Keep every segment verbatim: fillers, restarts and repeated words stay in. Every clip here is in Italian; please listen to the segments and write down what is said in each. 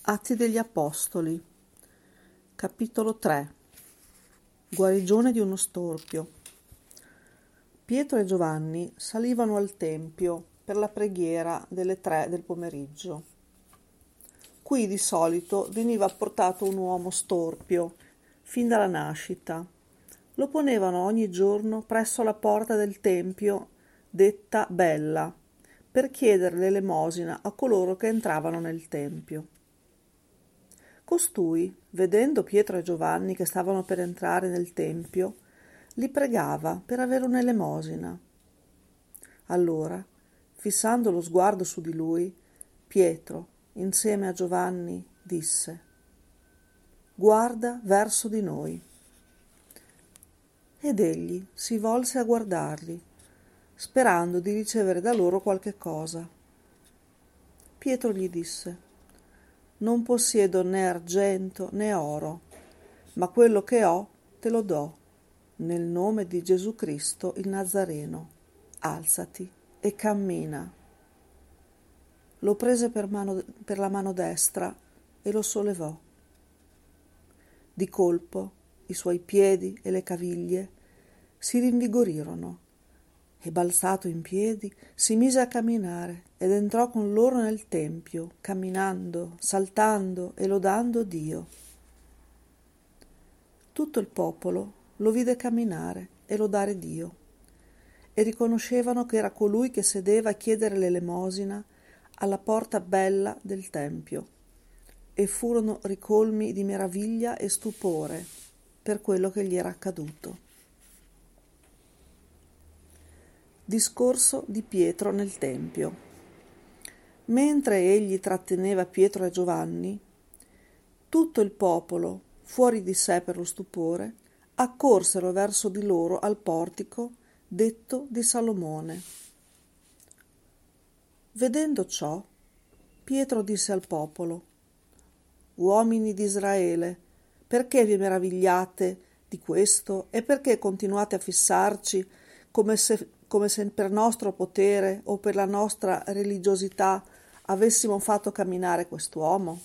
Atti degli Apostoli, capitolo tre. Guarigione di uno storpio. Pietro e Giovanni salivano al Tempio per la preghiera delle tre del pomeriggio. Qui di solito veniva portato un uomo storpio, fin dalla nascita. Lo ponevano ogni giorno presso la porta del Tempio, detta Bella, per chiedere l'elemosina a coloro che entravano nel Tempio. Costui, vedendo Pietro e Giovanni che stavano per entrare nel Tempio, li pregava per avere un'elemosina. Allora, fissando lo sguardo su di lui, Pietro, insieme a Giovanni, disse: «Guarda verso di noi». Ed egli si volse a guardarli, sperando di ricevere da loro qualche cosa. Pietro gli disse: «Non possiedo né argento né oro, ma quello che ho te lo do. Nel nome di Gesù Cristo il Nazareno, alzati e cammina». Lo prese per, mano, per la mano destra e lo sollevò. Di colpo i suoi piedi e le caviglie si rinvigorirono e, balzato in piedi, si mise a camminare ed entrò con loro nel Tempio, camminando, saltando e lodando Dio. Tutto il popolo lo vide camminare e lodare Dio, e riconoscevano che era colui che sedeva a chiedere l'elemosina alla porta bella del Tempio, e furono ricolmi di meraviglia e stupore per quello che gli era accaduto. Discorso di Pietro nel Tempio. Mentre egli tratteneva Pietro e Giovanni, tutto il popolo, fuori di sé per lo stupore, accorsero verso di loro al portico detto di Salomone. Vedendo ciò, Pietro disse al popolo: «Uomini di Israele, perché vi meravigliate di questo e perché continuate a fissarci come se come se per nostro potere o per la nostra religiosità avessimo fatto camminare quest'uomo?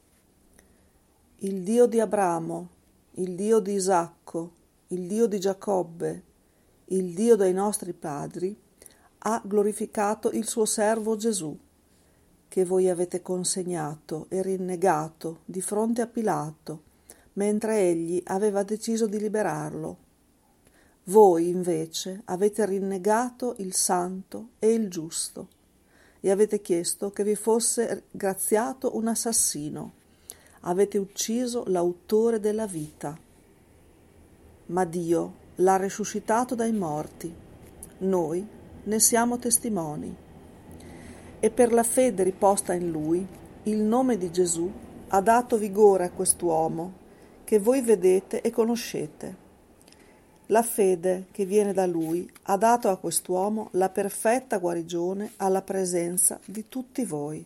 Il Dio di Abramo, il Dio di Isacco, il Dio di Giacobbe, il Dio dei nostri padri, ha glorificato il suo servo Gesù, che voi avete consegnato e rinnegato di fronte a Pilato, mentre egli aveva deciso di liberarlo. Voi, invece, avete rinnegato il santo e il giusto e avete chiesto che vi fosse graziato un assassino. Avete ucciso l'autore della vita. Ma Dio l'ha risuscitato dai morti. Noi ne siamo testimoni. E per la fede riposta in Lui, il nome di Gesù ha dato vigore a quest'uomo che voi vedete e conoscete. La fede che viene da Lui ha dato a quest'uomo la perfetta guarigione alla presenza di tutti voi.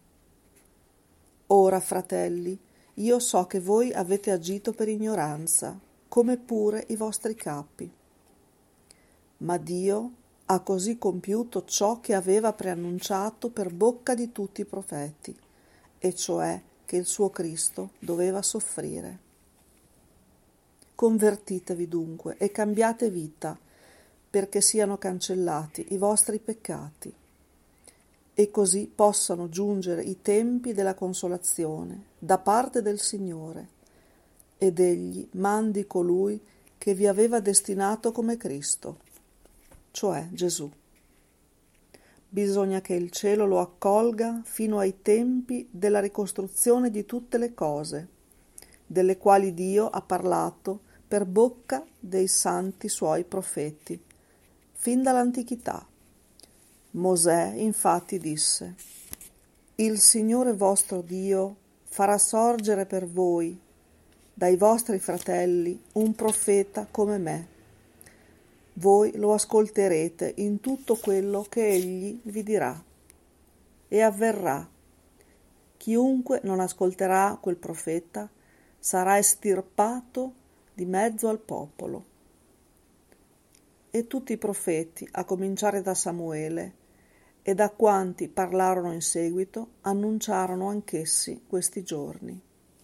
Ora, fratelli, io so che voi avete agito per ignoranza, come pure i vostri capi. Ma Dio ha così compiuto ciò che aveva preannunciato per bocca di tutti i profeti, e cioè che il suo Cristo doveva soffrire. Convertitevi dunque e cambiate vita, perché siano cancellati i vostri peccati, e così possano giungere i tempi della consolazione da parte del Signore, ed Egli mandi colui che vi aveva destinato come Cristo, cioè Gesù. Bisogna che il cielo lo accolga fino ai tempi della ricostruzione di tutte le cose, delle quali Dio ha parlato per bocca dei santi suoi profeti, fin dall'antichità. Mosè infatti disse: «Il Signore vostro Dio farà sorgere per voi, dai vostri fratelli, un profeta come me. Voi lo ascolterete in tutto quello che egli vi dirà. E avverrà. Chiunque non ascolterà quel profeta sarà estirpato di mezzo al popolo». E tutti i profeti, a cominciare da Samuele, e da quanti parlarono in seguito annunciarono anch'essi questi giorni.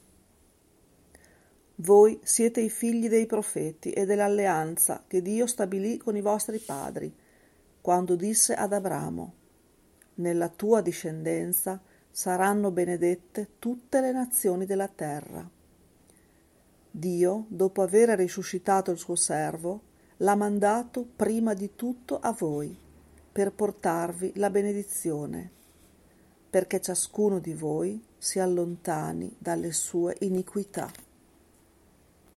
Voi siete i figli dei profeti e dell'alleanza che Dio stabilì con i vostri padri, quando disse ad Abramo: nella tua discendenza saranno benedette tutte le nazioni della terra. Dio, dopo aver risuscitato il suo servo, l'ha mandato prima di tutto a voi, per portarvi la benedizione, perché ciascuno di voi si allontani dalle sue iniquità.